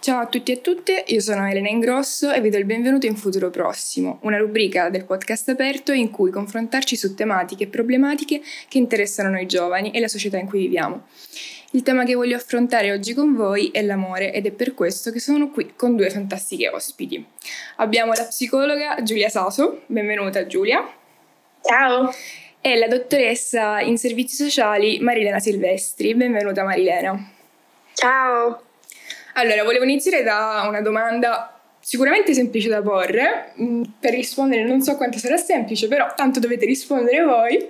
Ciao a tutti e tutte, io sono Elena Ingrosso e vi do il benvenuto in Futuro Prossimo, una rubrica del podcast aperto in cui confrontarci su tematiche e problematiche che interessano noi giovani e la società in cui viviamo. Il tema che voglio affrontare oggi con voi è l'amore ed è per questo che sono qui con due fantastiche ospiti. Abbiamo la psicologa Giulia Saso, benvenuta Giulia. Ciao. E la dottoressa in servizi sociali Marilena Silvestri, benvenuta Marilena. Ciao. Allora, volevo iniziare da una domanda sicuramente semplice da porre. Per rispondere non so quanto sarà semplice, però tanto dovete rispondere voi.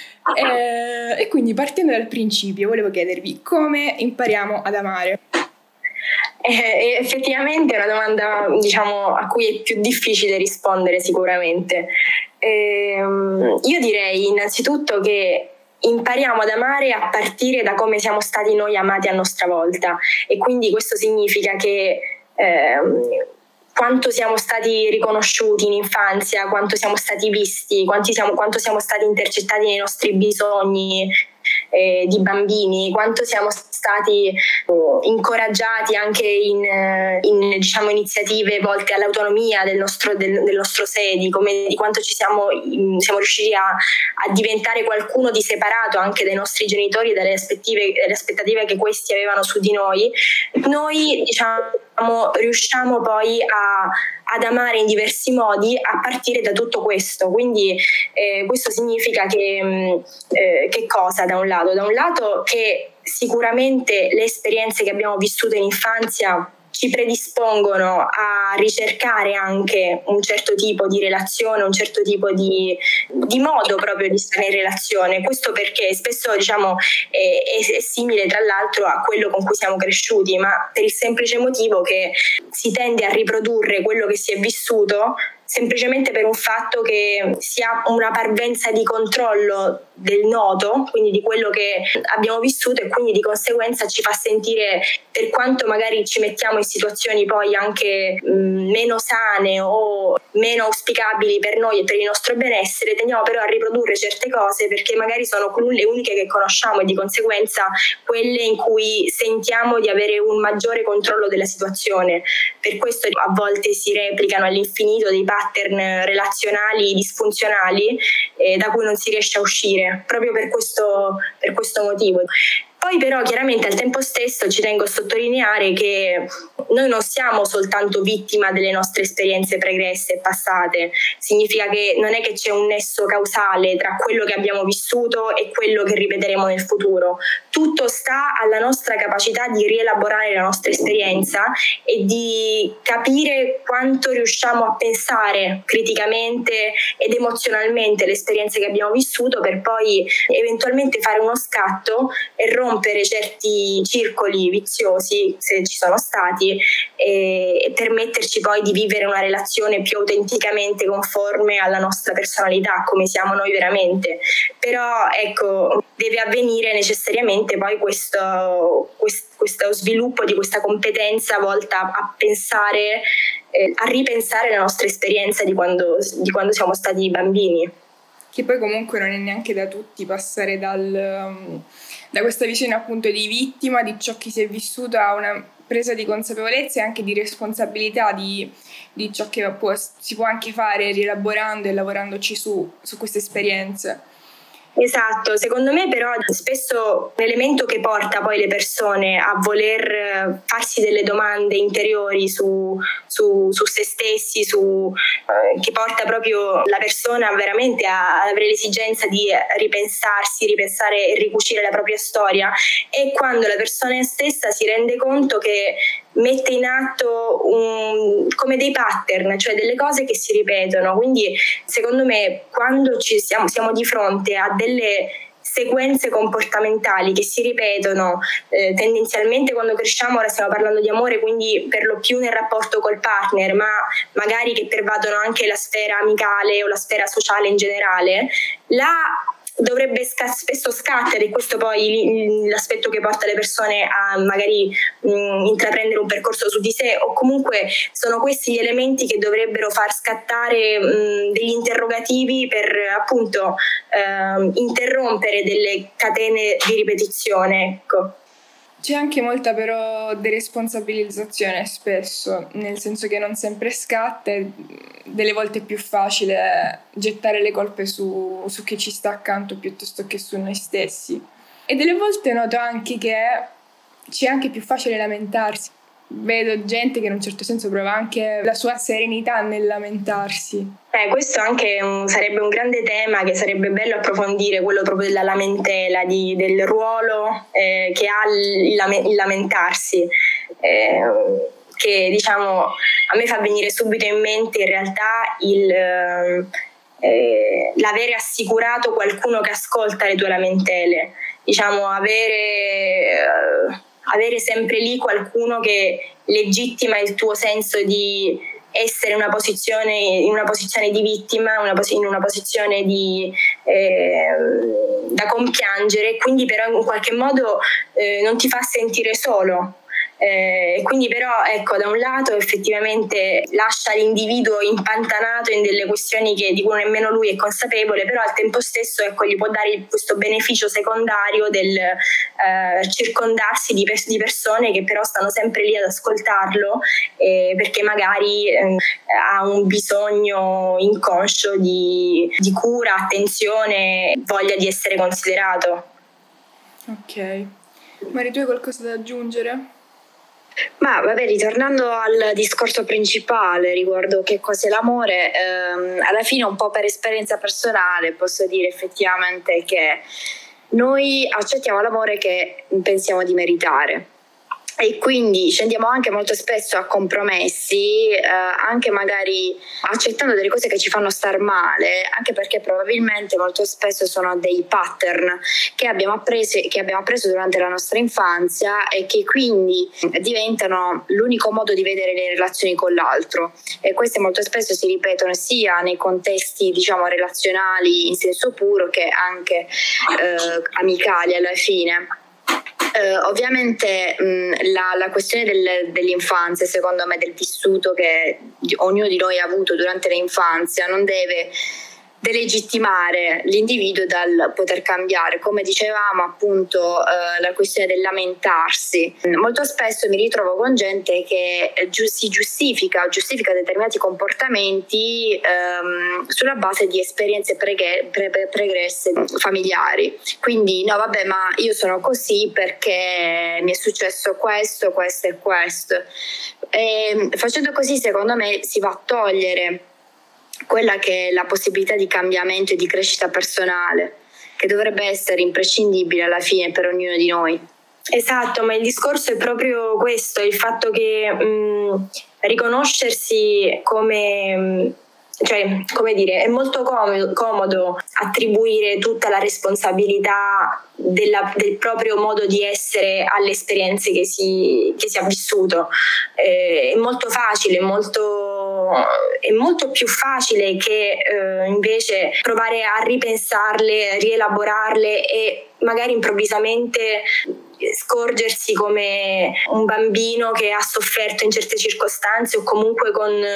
E quindi partendo dal principio, volevo chiedervi come impariamo ad amare? Effettivamente è una domanda, a cui è più difficile rispondere sicuramente. Io direi innanzitutto che impariamo ad amare a partire da come siamo stati noi amati a nostra volta, e quindi questo significa che quanto siamo stati riconosciuti in infanzia, quanto siamo stati visti, quanto siamo stati intercettati nei nostri bisogni di bambini, quanto siamo stati incoraggiati anche in iniziative volte all'autonomia del nostro sé, di quanto siamo riusciti a diventare qualcuno di separato anche dai nostri genitori e dalle aspettative che questi avevano su di noi. Noi riusciamo poi ad amare in diversi modi a partire da tutto questo. Quindi questo significa che cosa? Da un lato che sicuramente le esperienze che abbiamo vissuto in infanzia ci predispongono a ricercare anche un certo tipo di relazione, un certo tipo di modo proprio di stare in relazione. Questo perché spesso è simile tra l'altro a quello con cui siamo cresciuti, ma per il semplice motivo che si tende a riprodurre quello che si è vissuto semplicemente per un fatto che si ha una parvenza di controllo del noto, quindi di quello che abbiamo vissuto, e quindi di conseguenza ci fa sentire, per quanto magari ci mettiamo in situazioni poi anche meno sane o meno auspicabili per noi e per il nostro benessere, tendiamo però a riprodurre certe cose perché magari sono le uniche che conosciamo e di conseguenza quelle in cui sentiamo di avere un maggiore controllo della situazione. Per questo a volte si replicano all'infinito dei pattern relazionali disfunzionali da cui non si riesce a uscire, proprio per questo motivo. Poi però chiaramente al tempo stesso ci tengo a sottolineare che noi non siamo soltanto vittima delle nostre esperienze pregresse e passate. Significa che non è che c'è un nesso causale tra quello che abbiamo vissuto e quello che ripeteremo nel futuro. Tutto sta alla nostra capacità di rielaborare la nostra esperienza e di capire quanto riusciamo a pensare criticamente ed emozionalmente le esperienze che abbiamo vissuto, per poi eventualmente fare uno scatto e rompere certi circoli viziosi, se ci sono stati, e permetterci poi di vivere una relazione più autenticamente conforme alla nostra personalità, come siamo noi veramente. Però ecco, deve avvenire necessariamente poi questo sviluppo di questa competenza volta a pensare, a ripensare la nostra esperienza di quando siamo stati bambini. Che poi comunque non è neanche da tutti passare da questa visione appunto di vittima di ciò che si è vissuto a una presa di consapevolezza e anche di responsabilità di ciò che si può anche fare rielaborando e lavorandoci su queste esperienze. Esatto, secondo me però spesso l'elemento che porta poi le persone a voler farsi delle domande interiori su se stessi, che porta proprio la persona veramente ad avere l'esigenza di ripensare e ricucire la propria storia, è quando la persona stessa si rende conto che mette in atto come dei pattern, cioè delle cose che si ripetono. Quindi secondo me quando siamo di fronte a delle sequenze comportamentali che si ripetono tendenzialmente quando cresciamo, ora stiamo parlando di amore, quindi per lo più nel rapporto col partner, ma magari che pervadono anche la sfera amicale o la sfera sociale in generale, dovrebbe spesso scattare, e questo poi l'aspetto che porta le persone a magari intraprendere un percorso su di sé, o comunque sono questi gli elementi che dovrebbero far scattare degli interrogativi per appunto interrompere delle catene di ripetizione, ecco. C'è anche molta però deresponsabilizzazione spesso, nel senso che non sempre scatta e delle volte è più facile gettare le colpe su chi ci sta accanto piuttosto che su noi stessi. E delle volte noto anche che c'è anche più facile lamentarsi. Vedo gente che in un certo senso prova anche la sua serenità nel lamentarsi. Questo anche sarebbe un grande tema che sarebbe bello approfondire, quello proprio della lamentela, del ruolo che ha il lamentarsi, che diciamo a me fa venire subito in mente in realtà l'avere assicurato qualcuno che ascolta le tue lamentele, diciamo avere sempre lì qualcuno che legittima il tuo senso di essere in una posizione di vittima, in una posizione da compiangere, quindi però in qualche modo non ti fa sentire solo. Quindi però ecco, da un lato effettivamente lascia l'individuo impantanato in delle questioni di cui nemmeno lui è consapevole, però al tempo stesso ecco, gli può dare questo beneficio secondario del circondarsi di persone che però stanno sempre lì ad ascoltarlo, perché magari ha un bisogno inconscio di cura, attenzione, voglia di essere considerato. Ok. Mari, tu hai qualcosa da aggiungere? Ma vabbè, ritornando al discorso principale riguardo che cos'è l'amore, alla fine un po' per esperienza personale posso dire effettivamente che noi accettiamo l'amore che pensiamo di meritare e quindi scendiamo anche molto spesso a compromessi, anche magari accettando delle cose che ci fanno star male, anche perché probabilmente molto spesso sono dei pattern che abbiamo appreso durante la nostra infanzia e che quindi diventano l'unico modo di vedere le relazioni con l'altro, e queste molto spesso si ripetono sia nei contesti diciamo relazionali in senso puro che anche amicali alla fine. Ovviamente la questione dell'infanzia, secondo me, del vissuto che ognuno di noi ha avuto durante l'infanzia, non deve delegittimare l'individuo dal poter cambiare. Come dicevamo appunto, la questione del lamentarsi, molto spesso mi ritrovo con gente che si giustifica determinati comportamenti sulla base di esperienze pregresse familiari, quindi no vabbè, ma io sono così perché mi è successo questo e questo, e facendo così secondo me si va a togliere quella che è la possibilità di cambiamento e di crescita personale, che dovrebbe essere imprescindibile alla fine per ognuno di noi. Esatto, ma il discorso è proprio questo, il fatto che riconoscersi come dire, è molto comodo attribuire tutta la responsabilità del proprio modo di essere alle esperienze che si ha vissuto. È molto facile, è molto più facile che invece provare a ripensarle, rielaborarle e magari improvvisamente scorgersi come un bambino che ha sofferto in certe circostanze, o comunque con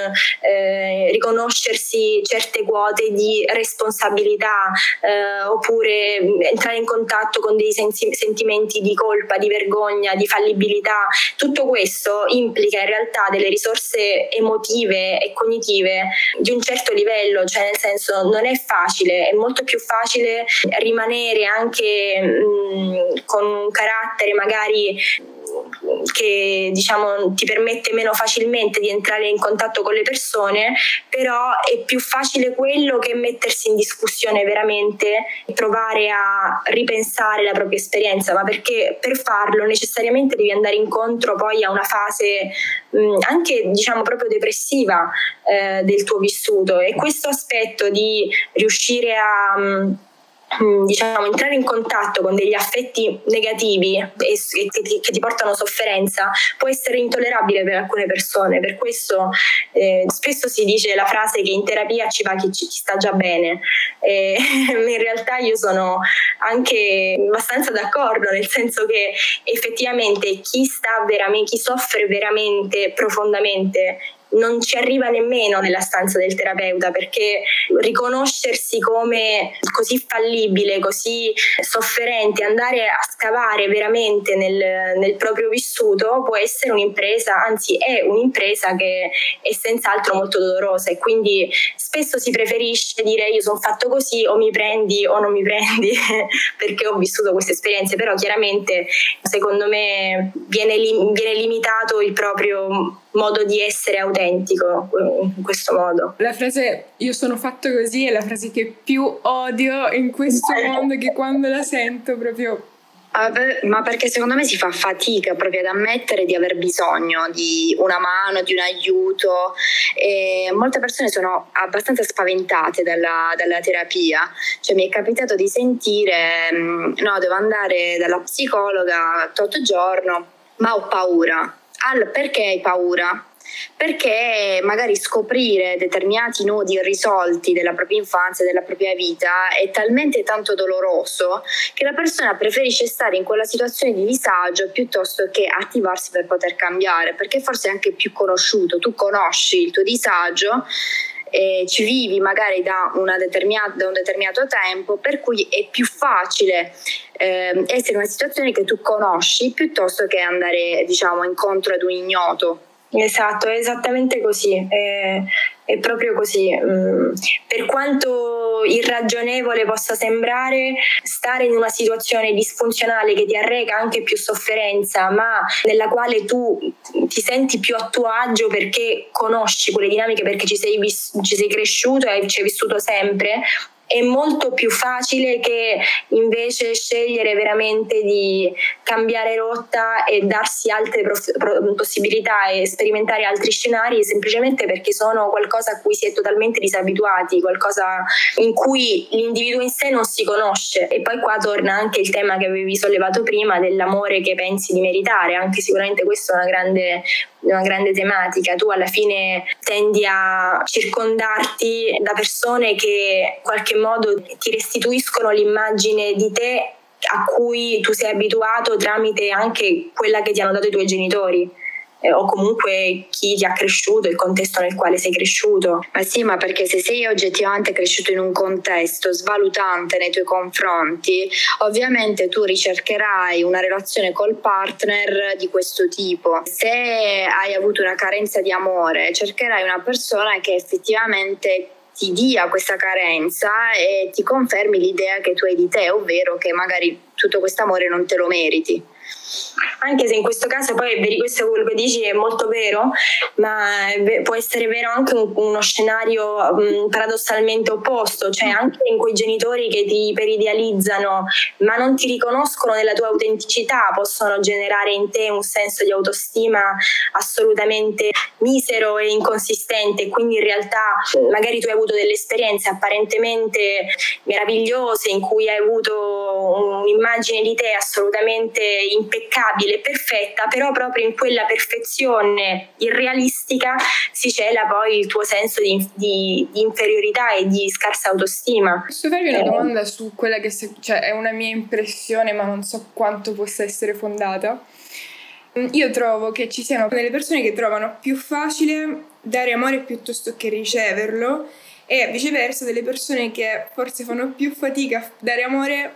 riconoscersi certe quote di responsabilità, oppure entrare in contatto con dei sentimenti di colpa, di vergogna, di fallibilità. Tutto questo implica in realtà delle risorse emotive e cognitive di un certo livello, cioè nel senso non è facile, è molto più facile rimanere anche con un carattere magari che diciamo ti permette meno facilmente di entrare in contatto con le persone, però è più facile quello che mettersi in discussione veramente e provare a ripensare la propria esperienza, ma perché per farlo necessariamente devi andare incontro poi a una fase anche diciamo proprio depressiva del tuo vissuto, e questo aspetto di riuscire a entrare in contatto con degli affetti negativi che ti portano sofferenza può essere intollerabile per alcune persone. Per questo spesso si dice la frase che in terapia ci va chi ci sta già bene, in realtà io sono anche abbastanza d'accordo, nel senso che effettivamente chi soffre veramente profondamente non ci arriva nemmeno nella stanza del terapeuta, perché riconoscersi come così fallibile, così sofferente, andare a scavare veramente nel proprio vissuto può essere un'impresa, anzi è un'impresa che è senz'altro molto dolorosa, e quindi spesso si preferisce dire io sono fatto così, o mi prendi o non mi prendi perché ho vissuto queste esperienze. Però chiaramente secondo me viene limitato il proprio modo di essere autentico in questo modo. La frase io sono fatto così è la frase che più odio in questo mondo, che quando la sento proprio... Ma perché secondo me si fa fatica proprio ad ammettere di aver bisogno di una mano, di un aiuto, e molte persone sono abbastanza spaventate dalla terapia. Cioè mi è capitato di sentire no, devo andare dalla psicologa tot giorno, ma ho paura. Perché hai paura? Perché magari scoprire determinati nodi irrisolti della propria infanzia, della propria vita è talmente tanto doloroso che la persona preferisce stare in quella situazione di disagio piuttosto che attivarsi per poter cambiare, perché forse è anche più conosciuto, tu conosci il tuo disagio e ci vivi magari da un determinato tempo, per cui è più facile essere in una situazione che tu conosci piuttosto che andare, diciamo, incontro ad un ignoto. Esatto, è esattamente così, è proprio così. Per quanto irragionevole possa sembrare, stare in una situazione disfunzionale che ti arreca anche più sofferenza, ma nella quale tu ti senti più a tuo agio perché conosci quelle dinamiche, perché ci sei cresciuto e ci hai vissuto sempre, è molto più facile che invece scegliere veramente di cambiare rotta e darsi altre possibilità e sperimentare altri scenari, semplicemente perché sono qualcosa a cui si è totalmente disabituati, qualcosa in cui l'individuo in sé non si conosce. E poi qua torna anche il tema che avevi sollevato prima dell'amore che pensi di meritare. Anche sicuramente questa è una grande tematica. Tu alla fine tendi a circondarti da persone che in qualche modo ti restituiscono l'immagine di te a cui tu sei abituato tramite anche quella che ti hanno dato i tuoi genitori, o comunque chi ti ha cresciuto, il contesto nel quale sei cresciuto. Ma sì, ma perché se sei oggettivamente cresciuto in un contesto svalutante nei tuoi confronti, ovviamente tu ricercherai una relazione col partner di questo tipo. Se hai avuto una carenza di amore, cercherai una persona che effettivamente ti dia questa carenza e ti confermi l'idea che tu hai di te, ovvero che magari tutto questo amore non te lo meriti. Anche se in questo caso poi questo quello che dici è molto vero, ma può essere vero anche uno scenario paradossalmente opposto, cioè anche in quei genitori che ti iperidealizzano ma non ti riconoscono nella tua autenticità, possono generare in te un senso di autostima assolutamente misero e inconsistente, e quindi in realtà magari tu hai avuto delle esperienze apparentemente meravigliose in cui hai avuto un'immagine di te assolutamente impeccabile e perfetta, però proprio in quella perfezione irrealistica si cela poi il tuo senso di inferiorità e di scarsa autostima. Posso farvi una domanda su quella che cioè è una mia impressione, ma non so quanto possa essere fondata? Io trovo che ci siano delle persone che trovano più facile dare amore piuttosto che riceverlo, e viceversa delle persone che forse fanno più fatica a dare amore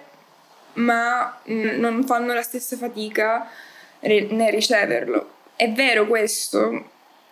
ma non fanno la stessa fatica nel riceverlo. È vero questo?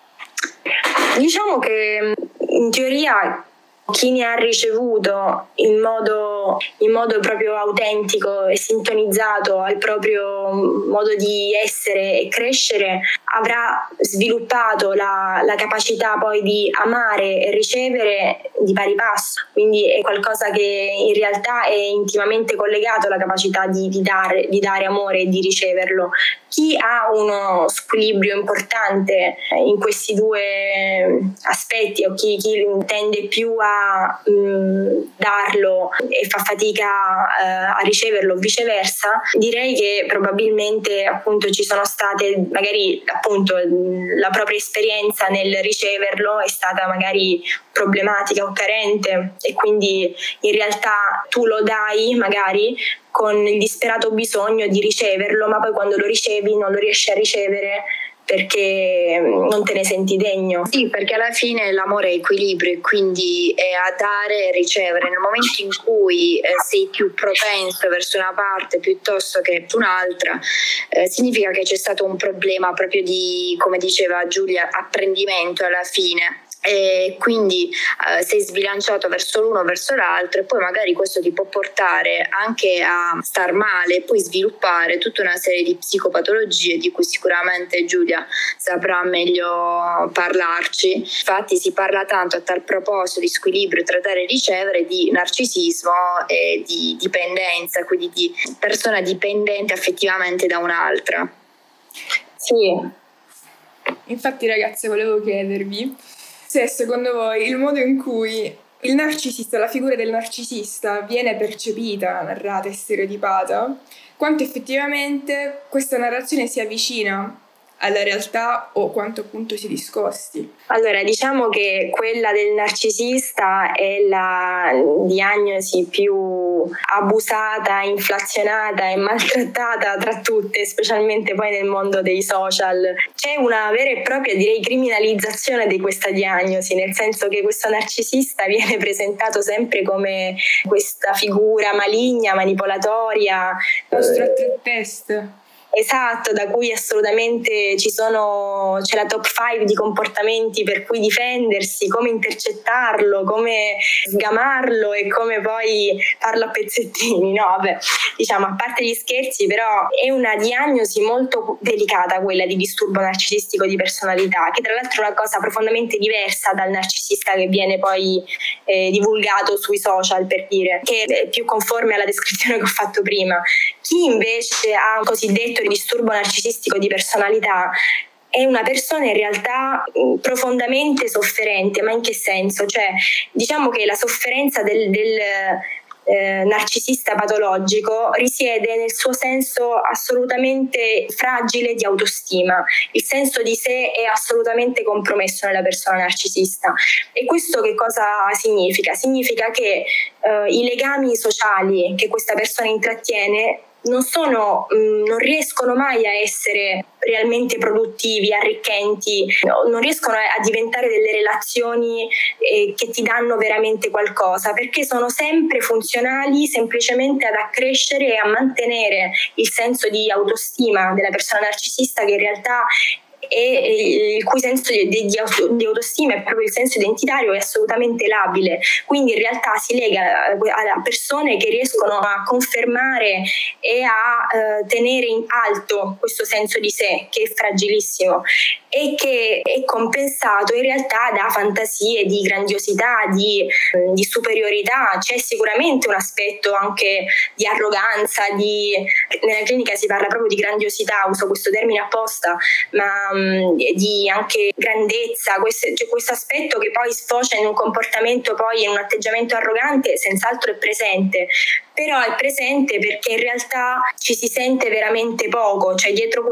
Diciamo che in teoria chi ne ha ricevuto in modo proprio autentico e sintonizzato al proprio modo di essere e crescere avrà sviluppato la capacità poi di amare e ricevere di pari passo, quindi è qualcosa che in realtà è intimamente collegato alla capacità di dare amore e di riceverlo. Chi ha uno squilibrio importante in questi due aspetti, o chi tende più a darlo e fa fatica a riceverlo, viceversa, direi che probabilmente appunto ci sono state magari appunto la propria esperienza nel riceverlo è stata magari problematica o carente, e quindi in realtà tu lo dai magari con il disperato bisogno di riceverlo, ma poi quando lo ricevi non lo riesci a ricevere perché non te ne senti degno. Sì, perché alla fine l'amore è equilibrio e quindi è a dare e ricevere. Nel momento in cui sei più propenso verso una parte piuttosto che un'altra, significa che c'è stato un problema proprio di, come diceva Giulia, apprendimento alla fine. E quindi sei sbilanciato verso l'uno o verso l'altro, e poi magari questo ti può portare anche a star male e poi sviluppare tutta una serie di psicopatologie di cui sicuramente Giulia saprà meglio parlarci. Infatti si parla tanto a tal proposito di squilibrio tra dare e ricevere, di narcisismo e di dipendenza, quindi di persona dipendente affettivamente da un'altra. Sì. Infatti ragazze, volevo chiedervi se secondo voi il modo in cui il narcisista, la figura del narcisista viene percepita, narrata e stereotipata, quanto effettivamente questa narrazione si avvicina alla realtà o quanto appunto si discosti. Allora, diciamo che quella del narcisista è la diagnosi più abusata, inflazionata e maltrattata tra tutte, specialmente poi nel mondo dei social. C'è una vera e propria, direi, criminalizzazione di questa diagnosi, nel senso che questo narcisista viene presentato sempre come questa figura maligna, manipolatoria. Mostro a tre teste. Esatto, da cui assolutamente c'è la top 5 di comportamenti per cui difendersi, come intercettarlo, come sgamarlo e come poi farlo a pezzettini. No, vabbè, diciamo, a parte gli scherzi, però è una diagnosi molto delicata quella di disturbo narcisistico di personalità, che tra l'altro è una cosa profondamente diversa dal narcisista che viene poi divulgato sui social, per dire, che è più conforme alla descrizione che ho fatto prima. Chi invece ha un cosiddetto disturbo narcisistico di personalità è una persona in realtà profondamente sofferente. Ma in che senso? Cioè, diciamo che la sofferenza del narcisista patologico risiede nel suo senso assolutamente fragile di autostima. Il senso di sé è assolutamente compromesso nella persona narcisista. E questo che cosa significa? Significa che i legami sociali che questa persona intrattiene non riescono mai a essere realmente produttivi, arricchenti, non riescono a diventare delle relazioni che ti danno veramente qualcosa, perché sono sempre funzionali semplicemente ad accrescere e a mantenere il senso di autostima della persona narcisista, che in realtà e il cui senso di autostima è proprio il senso identitario, è assolutamente labile. Quindi in realtà si lega a persone che riescono a confermare e a tenere in alto questo senso di sé, che è fragilissimo e che è compensato in realtà da fantasie di grandiosità, di superiorità. C'è sicuramente un aspetto anche di arroganza, nella clinica si parla proprio di grandiosità, uso questo termine apposta, ma di anche grandezza. C'è questo aspetto che poi sfocia in un comportamento, poi in un atteggiamento arrogante, senz'altro è presente, però è presente perché in realtà ci si sente veramente poco, cioè dietro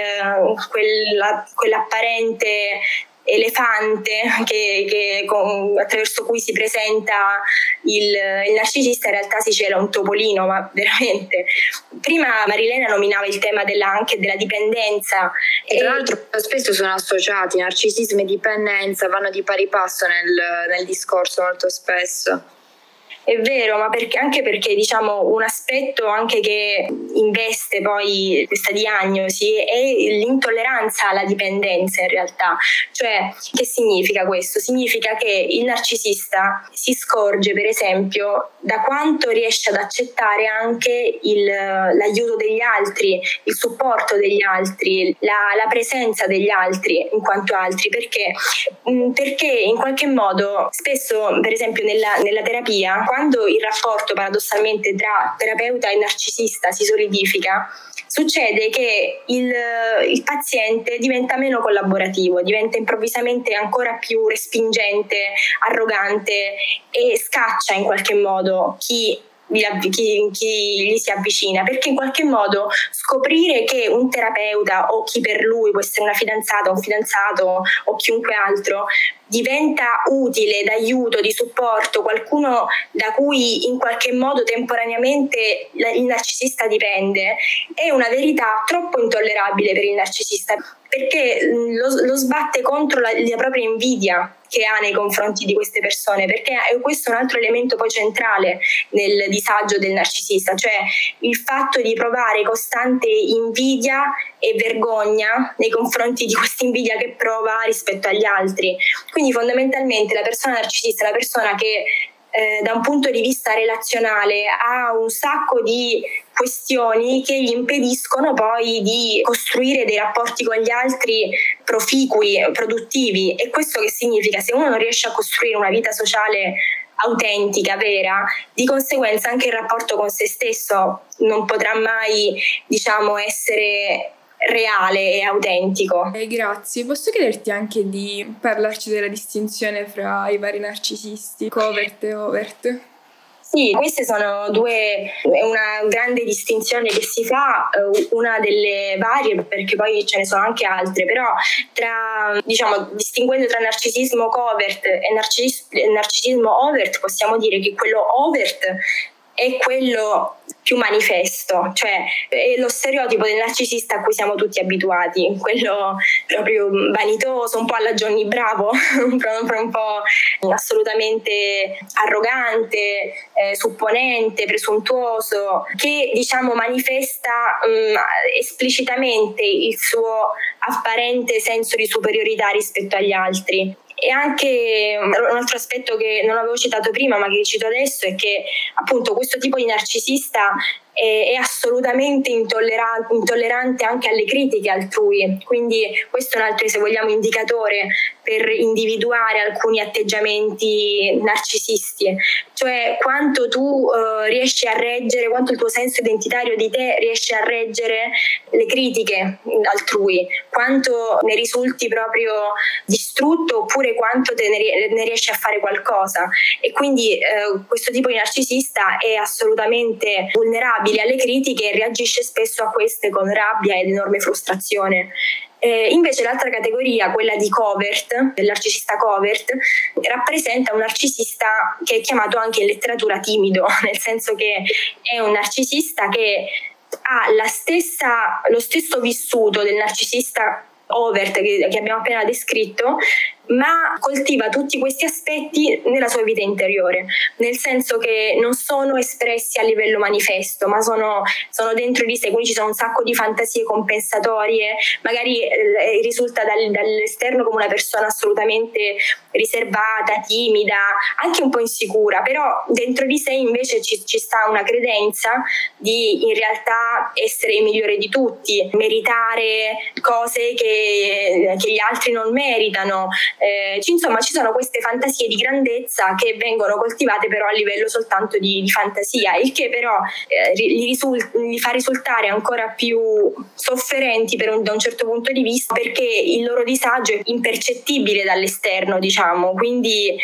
quell'apparente elefante attraverso cui si presenta il narcisista, in realtà si cela un topolino, ma veramente. Prima Marilena nominava il tema anche della dipendenza, e tra l'altro spesso sono associati narcisismo e dipendenza, vanno di pari passo nel discorso molto spesso. È vero, ma anche perché diciamo un aspetto anche che investe poi questa diagnosi è l'intolleranza alla dipendenza in realtà. Cioè, che significa questo? Significa che il narcisista si scorge, per esempio, da quanto riesce ad accettare anche l'aiuto degli altri, il supporto degli altri, la presenza degli altri in quanto altri, perché in qualche modo spesso, per esempio nella terapia, quando il rapporto paradossalmente tra terapeuta e narcisista si solidifica, succede che il paziente diventa meno collaborativo, diventa improvvisamente ancora più respingente, arrogante e scaccia in qualche modo chi gli si avvicina, perché in qualche modo scoprire che un terapeuta o chi per lui, può essere una fidanzata, un fidanzato o chiunque altro, diventa utile, d'aiuto, di supporto, qualcuno da cui in qualche modo temporaneamente il narcisista dipende, è una verità troppo intollerabile per il narcisista, perché lo sbatte contro la propria invidia che ha nei confronti di queste persone, perché questo è un altro elemento poi centrale nel disagio del narcisista, cioè il fatto di provare costante invidia e vergogna nei confronti di questa invidia che prova rispetto agli altri. Quindi fondamentalmente la persona narcisista è una persona che da un punto di vista relazionale ha un sacco di questioni che gli impediscono poi di costruire dei rapporti con gli altri proficui, produttivi. E questo che significa? Se uno non riesce a costruire una vita sociale autentica, vera, di conseguenza anche il rapporto con se stesso non potrà mai, essere reale e autentico. Grazie. Posso chiederti anche di parlarci della distinzione fra i vari narcisisti, covert e overt? Sì, queste sono è una grande distinzione che si fa, una delle varie, perché poi ce ne sono anche altre, però distinguendo tra narcisismo covert e narcisismo overt, possiamo dire che quello overt è quello più manifesto, cioè è lo stereotipo del narcisista a cui siamo tutti abituati, quello proprio vanitoso, un po' alla Johnny Bravo, un po' assolutamente arrogante, supponente, presuntuoso, che manifesta esplicitamente il suo apparente senso di superiorità rispetto agli altri. E anche un altro aspetto che non avevo citato prima ma che cito adesso è che appunto questo tipo di narcisista è assolutamente intollerante anche alle critiche altrui, quindi questo è un altro, se vogliamo, indicatore per individuare alcuni atteggiamenti narcisisti, cioè quanto tu riesci a reggere, quanto il tuo senso identitario di te riesce a reggere le critiche altrui, quanto ne risulti proprio distrutto oppure quanto ne riesci a fare qualcosa. E quindi questo tipo di narcisista è assolutamente vulnerabile alle critiche e reagisce spesso a queste con rabbia ed enorme frustrazione. Invece l'altra categoria, quella di covert, del narcisista covert, rappresenta un narcisista che è chiamato anche in letteratura timido, nel senso che è un narcisista che ha lo stesso vissuto del narcisista overt che abbiamo appena descritto, ma coltiva tutti questi aspetti nella sua vita interiore, nel senso che non sono espressi a livello manifesto, ma sono dentro di sé, quindi ci sono un sacco di fantasie compensatorie, magari risulta dall'esterno come una persona assolutamente riservata, timida, anche un po' insicura, però dentro di sé invece ci sta una credenza di in realtà essere il migliore di tutti, meritare cose che gli altri non meritano. Insomma, ci sono queste fantasie di grandezza che vengono coltivate però a livello soltanto di fantasia, il che però li fa risultare ancora più sofferenti da un certo punto di vista, perché il loro disagio è impercettibile dall'esterno, quindi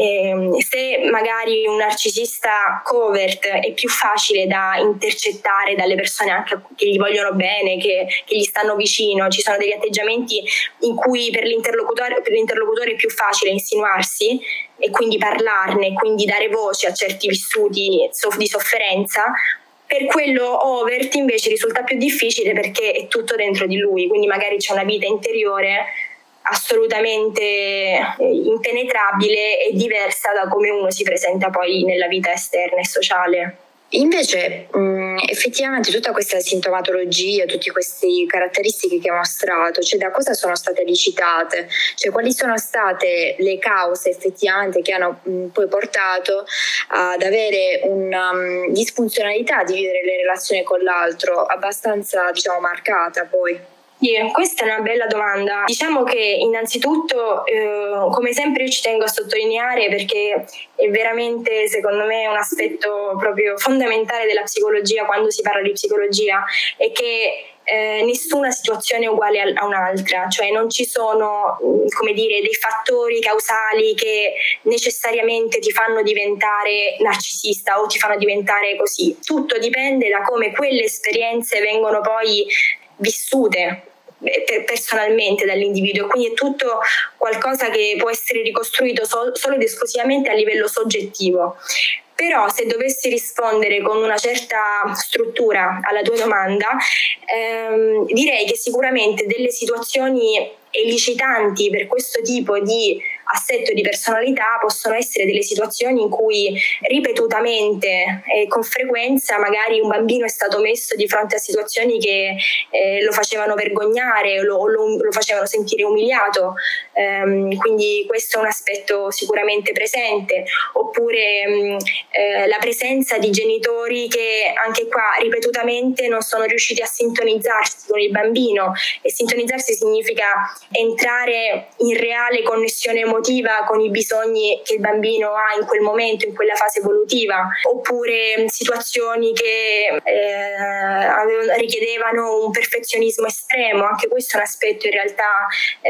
se magari un narcisista covert è più facile da intercettare dalle persone anche che gli vogliono bene, che gli stanno vicino, ci sono degli atteggiamenti in cui per l'interlocutore è più facile insinuarsi e quindi parlarne, quindi dare voce a certi vissuti di sofferenza. Per quello overt invece risulta più difficile perché è tutto dentro di lui, quindi magari c'è una vita interiore assolutamente impenetrabile e diversa da come uno si presenta poi nella vita esterna e sociale. Invece effettivamente tutta questa sintomatologia, tutte queste caratteristiche che hai mostrato, da cosa sono state elicitate? Quali sono state le cause effettivamente che hanno poi portato ad avere una disfunzionalità di vivere le relazioni con l'altro abbastanza marcata poi? Questa è una bella domanda. Diciamo che innanzitutto, come sempre io ci tengo a sottolineare, perché è veramente secondo me un aspetto proprio fondamentale della psicologia quando si parla di psicologia, è che nessuna situazione è uguale a un'altra, cioè non ci sono dei fattori causali che necessariamente ti fanno diventare narcisista o ti fanno diventare così. Tutto dipende da come quelle esperienze vengono poi vissute personalmente dall'individuo, quindi è tutto qualcosa che può essere ricostruito solo ed esclusivamente a livello soggettivo. Però se dovessi rispondere con una certa struttura alla tua domanda, direi che sicuramente delle situazioni elicitanti per questo tipo di assetto di personalità possono essere delle situazioni in cui ripetutamente e con frequenza magari un bambino è stato messo di fronte a situazioni che lo facevano vergognare o lo facevano sentire umiliato, quindi questo è un aspetto sicuramente presente. Oppure la presenza di genitori che anche qua ripetutamente non sono riusciti a sintonizzarsi con il bambino, e sintonizzarsi significa entrare in reale connessione emotiva con i bisogni che il bambino ha in quel momento, in quella fase evolutiva. Oppure situazioni che richiedevano un perfezionismo estremo, anche questo è un aspetto in realtà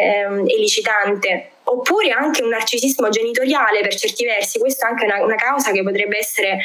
elicitante. Oppure anche un narcisismo genitoriale per certi versi, questa è anche una causa che potrebbe essere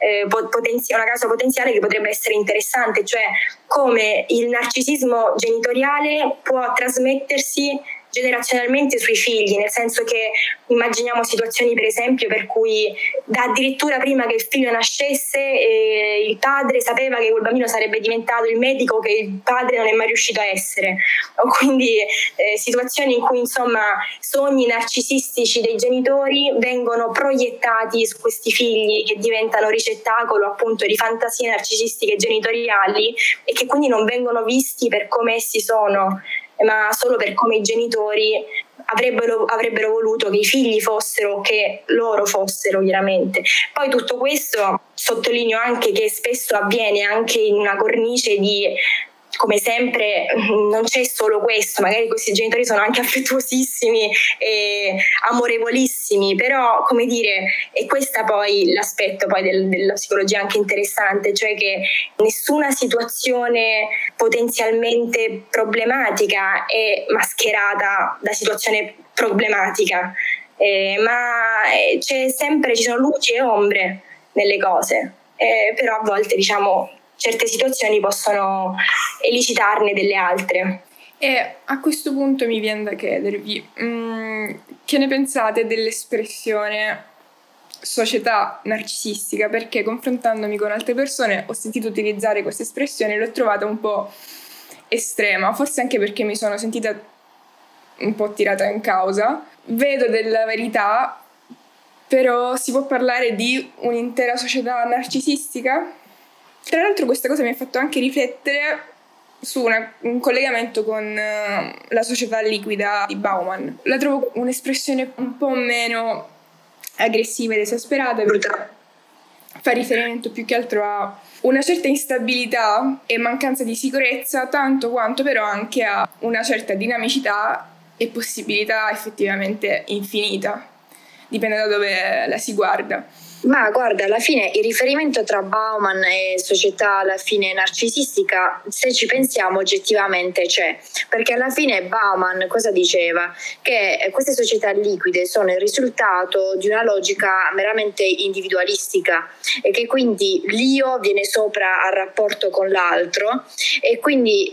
una causa potenziale che potrebbe essere interessante, cioè come il narcisismo genitoriale può trasmettersi generazionalmente sui figli, nel senso che immaginiamo situazioni per esempio per cui addirittura prima che il figlio nascesse il padre sapeva che quel bambino sarebbe diventato il medico che il padre non è mai riuscito a essere, o quindi situazioni in cui insomma sogni narcisistici dei genitori vengono proiettati su questi figli che diventano ricettacolo appunto di fantasie narcisistiche genitoriali e che quindi non vengono visti per come essi sono, ma solo per come i genitori avrebbero voluto che i figli fossero, che loro fossero chiaramente. Poi tutto questo sottolineo anche che spesso avviene anche in una cornice di, come sempre, non c'è solo questo, magari questi genitori sono anche affettuosissimi e amorevolissimi, però come dire, e questo poi l'aspetto poi della psicologia anche interessante, cioè che nessuna situazione potenzialmente problematica è mascherata da situazione problematica, ma ci sono luci e ombre nelle cose, però a volte diciamo certe situazioni possono elicitarne delle altre. E a questo punto mi viene da chiedervi che ne pensate dell'espressione società narcisistica, perché confrontandomi con altre persone ho sentito utilizzare questa espressione e l'ho trovata un po' estrema, forse anche perché mi sono sentita un po' tirata in causa. Vedo della verità, però si può parlare di un'intera società narcisistica? Tra l'altro questa cosa mi ha fatto anche riflettere su un collegamento con la società liquida di Bauman. La trovo un'espressione un po' meno aggressiva ed esasperata, perché fa riferimento più che altro a una certa instabilità e mancanza di sicurezza, tanto quanto però anche a una certa dinamicità e possibilità effettivamente infinita. Dipende da dove la si guarda. Ma guarda, alla fine il riferimento tra Bauman e società alla fine narcisistica, se ci pensiamo oggettivamente c'è, perché alla fine Bauman cosa diceva? Che queste società liquide sono il risultato di una logica meramente individualistica e che quindi l'io viene sopra al rapporto con l'altro e quindi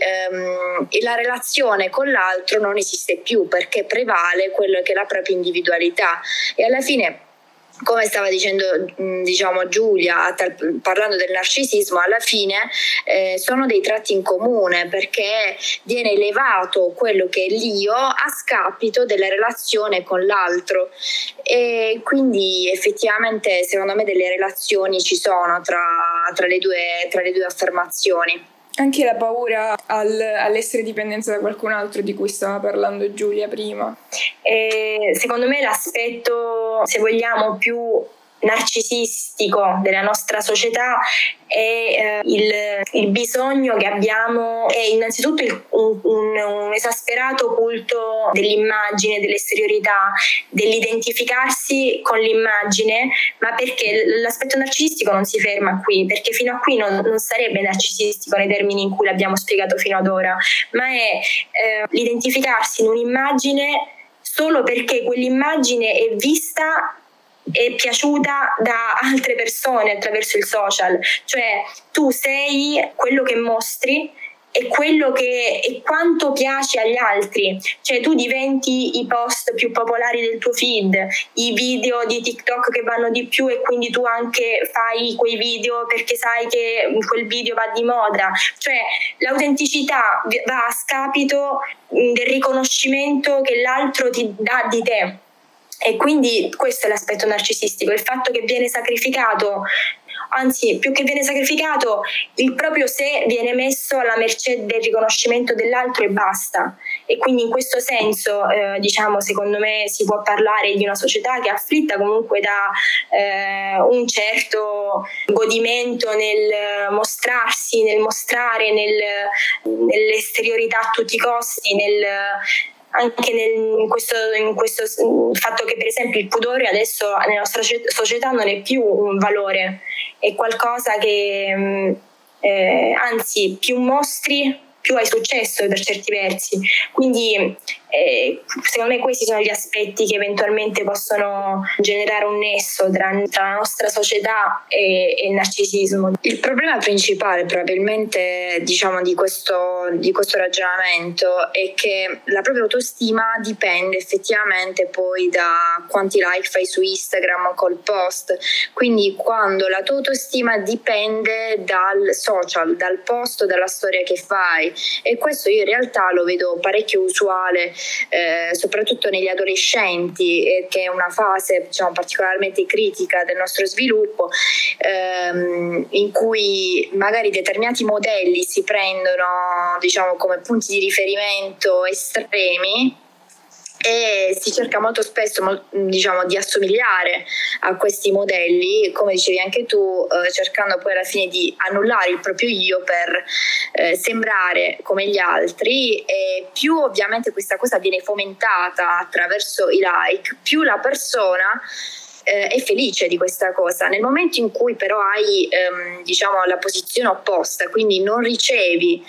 la relazione con l'altro non esiste più perché prevale quello che è la propria individualità e alla fine, come stava dicendo diciamo Giulia parlando del narcisismo, alla fine sono dei tratti in comune perché viene elevato quello che è l'io a scapito della relazione con l'altro e quindi effettivamente secondo me delle relazioni ci sono tra le due affermazioni. Anche la paura all'essere dipendenza da qualcun altro di cui stava parlando Giulia prima. Secondo me l'aspetto, se vogliamo, più narcisistico della nostra società è il bisogno che abbiamo, è innanzitutto un esasperato culto dell'immagine, dell'esteriorità, dell'identificarsi con l'immagine, ma perché l'aspetto narcisistico non si ferma qui, perché fino a qui non sarebbe narcisistico nei termini in cui l'abbiamo spiegato fino ad ora, ma è l'identificarsi in un'immagine solo perché quell'immagine è vista è piaciuta da altre persone attraverso il social, cioè tu sei quello che mostri è quello che è quanto piace agli altri, cioè tu diventi i post più popolari del tuo feed, i video di TikTok che vanno di più e quindi tu anche fai quei video perché sai che quel video va di moda, cioè l'autenticità va a scapito del riconoscimento che l'altro ti dà di te. E quindi questo è l'aspetto narcisistico, il fatto che viene sacrificato, anzi più che viene sacrificato, il proprio sé viene messo alla mercé del riconoscimento dell'altro e basta. E quindi in questo senso diciamo, secondo me si può parlare di una società che è afflitta comunque da un certo godimento nel mostrarsi, nel mostrare, nell'esteriorità a tutti i costi, anche in questo fatto che per esempio il pudore adesso nella nostra società non è più un valore, è qualcosa che anzi più mostri più hai successo per certi versi, quindi secondo me questi sono gli aspetti che eventualmente possono generare un nesso tra la nostra società e il narcisismo. Il problema principale probabilmente, diciamo, di questo ragionamento è che la propria autostima dipende effettivamente poi da quanti like fai su Instagram col post, quindi quando la tua autostima dipende dal social, dal post, dalla storia che fai, e questo io in realtà lo vedo parecchio usuale, soprattutto negli adolescenti, che è una fase, diciamo, particolarmente critica del nostro sviluppo, in cui magari determinati modelli si prendono, diciamo, come punti di riferimento estremi e si cerca molto spesso, diciamo, di assomigliare a questi modelli, come dicevi anche tu, cercando poi alla fine di annullare il proprio io per sembrare come gli altri. E più ovviamente questa cosa viene fomentata attraverso i like, più la persona è felice di questa cosa. Nel momento in cui però hai diciamo la posizione opposta, quindi non ricevi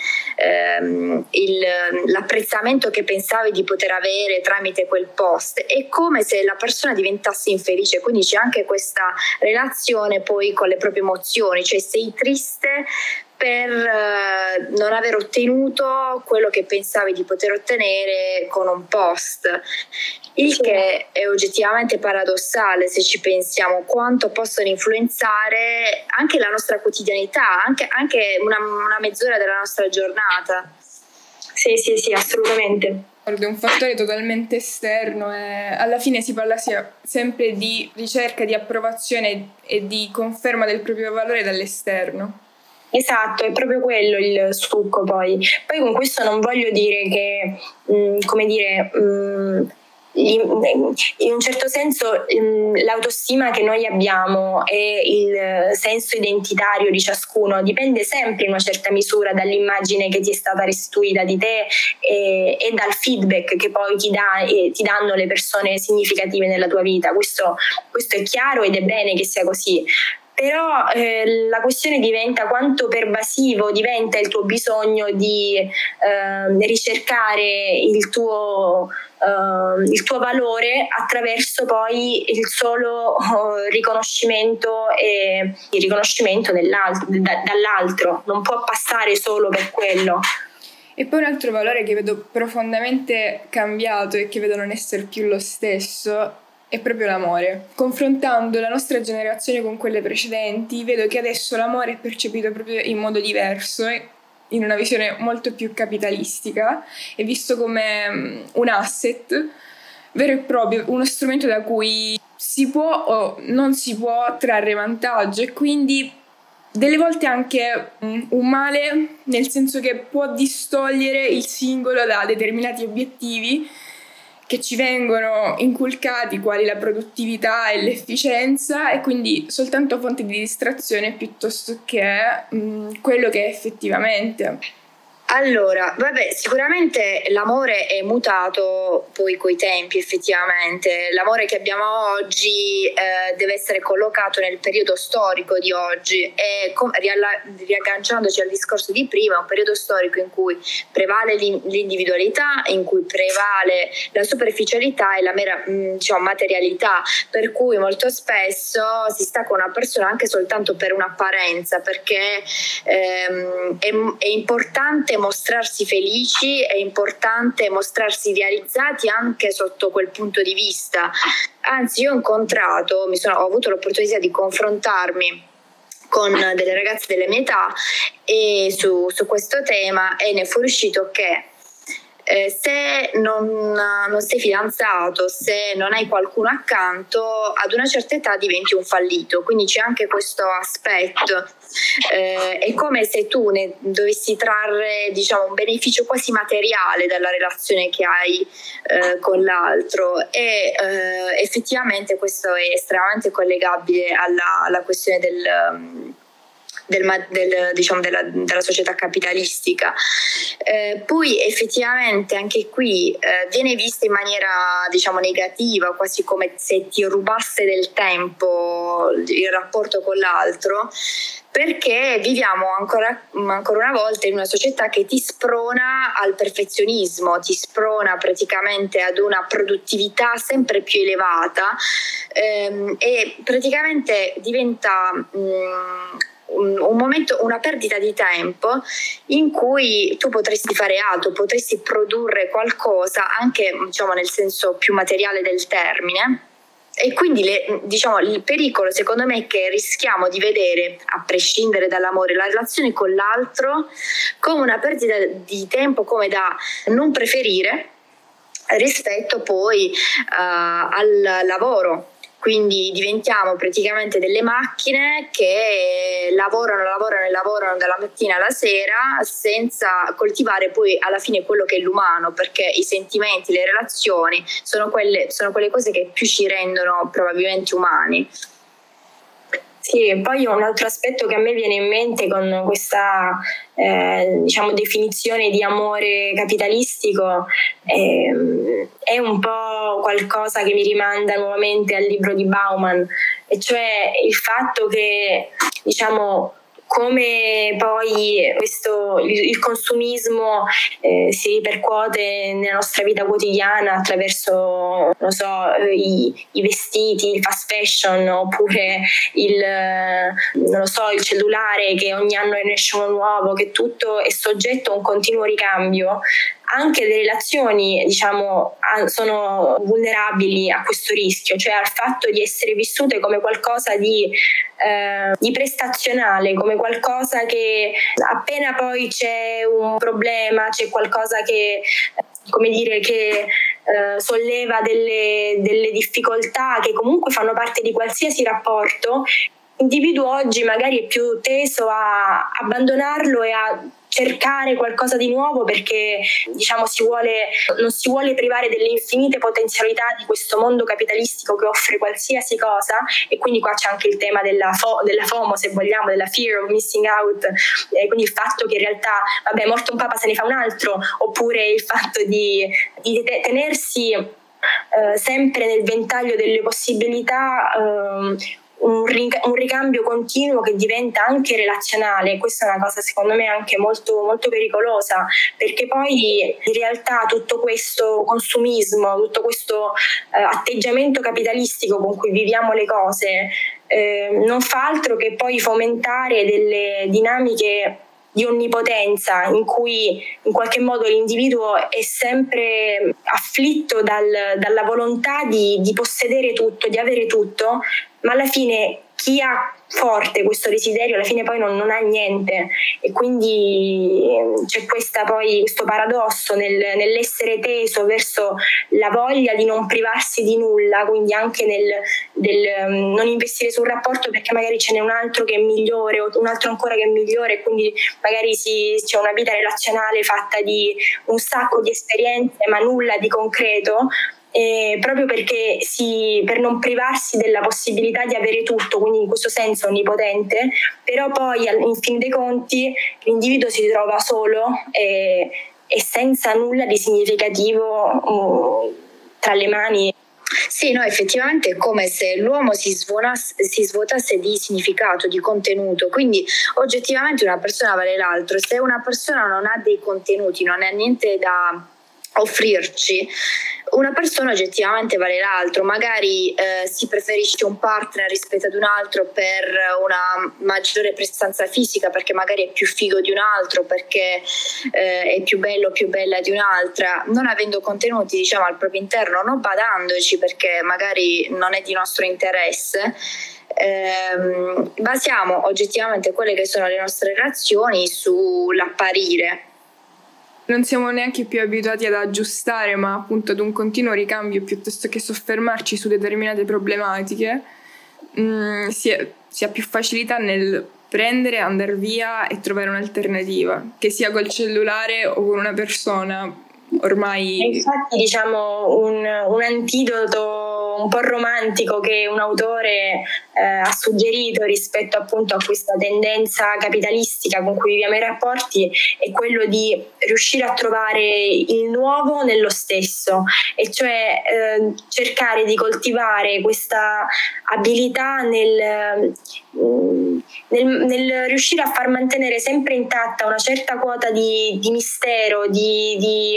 l'apprezzamento che pensavi di poter avere tramite quel post, è come se la persona diventasse infelice, quindi c'è anche questa relazione poi con le proprie emozioni, cioè sei triste per non aver ottenuto quello che pensavi di poter ottenere con un post, il che è oggettivamente paradossale se ci pensiamo, quanto possono influenzare anche la nostra quotidianità, anche una mezz'ora della nostra giornata. Sì, assolutamente. È un fattore totalmente esterno e alla fine si parla sempre di ricerca di approvazione e di conferma del proprio valore dall'esterno. Esatto, è proprio quello il succo poi. Poi con questo non voglio dire che, come dire, in un certo senso l'autostima che noi abbiamo e il senso identitario di ciascuno dipende sempre in una certa misura dall'immagine che ti è stata restituita di te e dal feedback che poi ti danno le persone significative nella tua vita. Questo è chiaro ed è bene che sia così. Però la questione diventa quanto pervasivo diventa il tuo bisogno di ricercare il tuo valore attraverso poi il solo riconoscimento e il riconoscimento dall'altro, non può passare solo per quello. E poi un altro valore che vedo profondamente cambiato e che vedo non essere più lo stesso è proprio l'amore. Confrontando la nostra generazione con quelle precedenti, vedo che adesso l'amore è percepito proprio in modo diverso, in una visione molto più capitalistica, è visto come un asset vero e proprio, uno strumento da cui si può o non si può trarre vantaggio, e quindi delle volte anche un male, nel senso che può distogliere il singolo da determinati obiettivi che ci vengono inculcati, quali la produttività e l'efficienza, e quindi soltanto fonte di distrazione piuttosto che quello che è effettivamente. Allora, sicuramente l'amore è mutato poi coi tempi, effettivamente. L'amore che abbiamo oggi deve essere collocato nel periodo storico di oggi e riagganciandoci al discorso di prima, un periodo storico in cui prevale l'individualità, in cui prevale la superficialità e la mera materialità, per cui molto spesso si sta con una persona anche soltanto per un'apparenza, perché è importante mostrarsi felici, è importante mostrarsi realizzati anche sotto quel punto di vista. Anzi, io ho avuto l'opportunità di confrontarmi con delle ragazze della mia età e su questo tema, e ne fuoriuscito che se non sei fidanzato, se non hai qualcuno accanto, ad una certa età diventi un fallito, quindi c'è anche questo aspetto. È come se tu ne dovessi trarre, diciamo, un beneficio quasi materiale dalla relazione che hai con l'altro, e effettivamente questo è estremamente collegabile alla questione della società capitalistica. Poi effettivamente anche qui viene vista in maniera, diciamo, negativa, quasi come se ti rubasse del tempo il rapporto con l'altro, perché viviamo ancora una volta in una società che ti sprona al perfezionismo, ti sprona praticamente ad una produttività sempre più elevata, e praticamente diventa un momento, una perdita di tempo in cui tu potresti fare altro, potresti produrre qualcosa anche, diciamo, nel senso più materiale del termine. E quindi il pericolo, secondo me, è che rischiamo di vedere, a prescindere dall'amore, la relazione con l'altro come una perdita di tempo, come da non preferire rispetto poi al lavoro. Quindi diventiamo praticamente delle macchine che lavorano dalla mattina alla sera senza coltivare poi alla fine quello che è l'umano, perché i sentimenti, le relazioni sono quelle cose che più ci rendono probabilmente umani. Sì, poi un altro aspetto che a me viene in mente con questa definizione di amore capitalistico è un po' qualcosa che mi rimanda nuovamente al libro di Bauman, e cioè il fatto che, diciamo, come poi il consumismo si ripercuote nella nostra vita quotidiana attraverso, non so, i vestiti, il fast fashion, oppure il cellulare, che ogni anno ne esce uno nuovo, che tutto è soggetto a un continuo ricambio. Anche le relazioni, diciamo, sono vulnerabili a questo rischio, cioè al fatto di essere vissute come qualcosa di prestazionale, come qualcosa che appena poi c'è un problema, c'è qualcosa che, come dire, che solleva delle difficoltà che comunque fanno parte di qualsiasi rapporto. L'individuo oggi magari è più teso a abbandonarlo e a cercare qualcosa di nuovo, perché, diciamo, non si vuole privare delle infinite potenzialità di questo mondo capitalistico che offre qualsiasi cosa. E quindi qua c'è anche il tema della FOMO, se vogliamo, della fear of missing out, quindi il fatto che in realtà, vabbè, morto un papa se ne fa un altro, oppure il fatto di tenersi sempre nel ventaglio delle possibilità, un ricambio continuo che diventa anche relazionale. Questa è una cosa, secondo me, anche molto, molto pericolosa, perché poi in realtà tutto questo consumismo, tutto questo atteggiamento capitalistico con cui viviamo le cose non fa altro che poi fomentare delle dinamiche di onnipotenza, in cui in qualche modo l'individuo è sempre afflitto dalla volontà di possedere tutto, di avere tutto, ma alla fine chi ha forte questo desiderio alla fine poi non ha niente. E quindi c'è questo paradosso nell'essere teso verso la voglia di non privarsi di nulla, quindi anche nel non investire sul rapporto perché magari ce n'è un altro che è migliore, o un altro ancora che è migliore, e quindi magari c'è una vita relazionale fatta di un sacco di esperienze ma nulla di concreto. Proprio perché per non privarsi della possibilità di avere tutto, quindi in questo senso onnipotente, però poi in fin dei conti l'individuo si trova solo e senza nulla di significativo tra le mani. Sì, no, effettivamente è come se l'uomo si svuotasse di significato, di contenuto, quindi oggettivamente una persona vale l'altro. Se una persona non ha dei contenuti, non ha niente da offrirci, una persona oggettivamente vale l'altro, magari si preferisce un partner rispetto ad un altro per una maggiore prestanza fisica, perché magari è più figo di un altro, perché è più bello o più bella di un'altra, non avendo contenuti, diciamo, al proprio interno, non badandoci perché magari non è di nostro interesse. Basiamo oggettivamente quelle che sono le nostre relazioni sull'apparire. Non siamo neanche più abituati ad aggiustare, ma appunto ad un continuo ricambio piuttosto che soffermarci su determinate problematiche. Si ha più facilità nel prendere, andare via e trovare un'alternativa, che sia col cellulare o con una persona. Ormai infatti, diciamo, un antidoto un po' romantico che un autore ha suggerito rispetto appunto a questa tendenza capitalistica con cui viviamo i rapporti è quello di riuscire a trovare il nuovo nello stesso, e cioè cercare di coltivare questa abilità nel riuscire a far mantenere sempre intatta una certa quota di mistero, di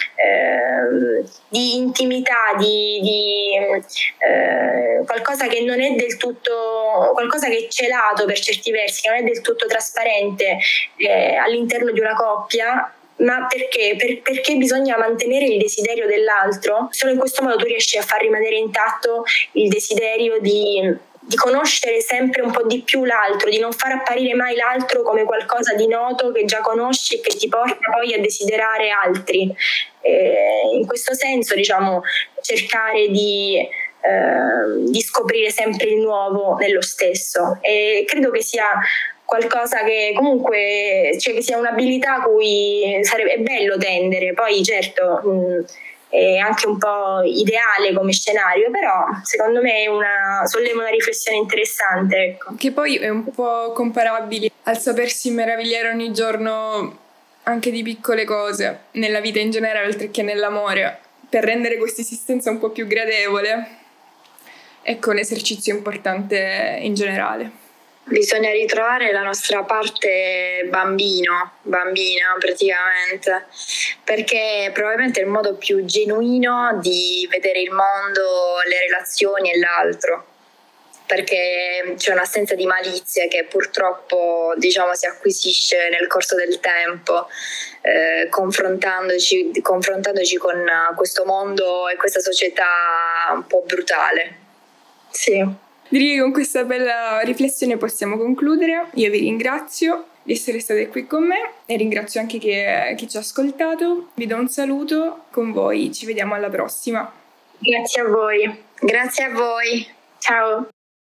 intimità, di qualcosa che non è del tutto, qualcosa che è celato per certi versi, che non è del tutto trasparente all'interno di una coppia. Ma perché bisogna mantenere il desiderio dell'altro? Solo in questo modo tu riesci a far rimanere intatto il desiderio di conoscere sempre un po' di più l'altro, di non far apparire mai l'altro come qualcosa di noto che già conosci e che ti porta poi a desiderare altri. In questo senso, diciamo, cercare di scoprire sempre il nuovo nello stesso, e credo che sia qualcosa che comunque, cioè che sia un'abilità a cui è bello tendere. Poi certo è anche un po' ideale come scenario, però secondo me solleva una riflessione interessante, ecco. Che poi è un po' comparabile al sapersi meravigliare ogni giorno anche di piccole cose nella vita in generale, oltre che nell'amore, per rendere questa esistenza un po' più gradevole. Ecco, un esercizio importante in generale. Bisogna ritrovare la nostra parte bambina praticamente, perché probabilmente è il modo più genuino di vedere il mondo, le relazioni e l'altro, perché c'è un'assenza di malizia che purtroppo, diciamo, si acquisisce nel corso del tempo, confrontandoci con questo mondo e questa società un po' brutale. Sì. Direi che con questa bella riflessione possiamo concludere. Io vi ringrazio di essere state qui con me e ringrazio anche chi ci ha ascoltato. Vi do un saluto con voi, ci vediamo alla prossima. Grazie a voi. Grazie a voi. Ciao.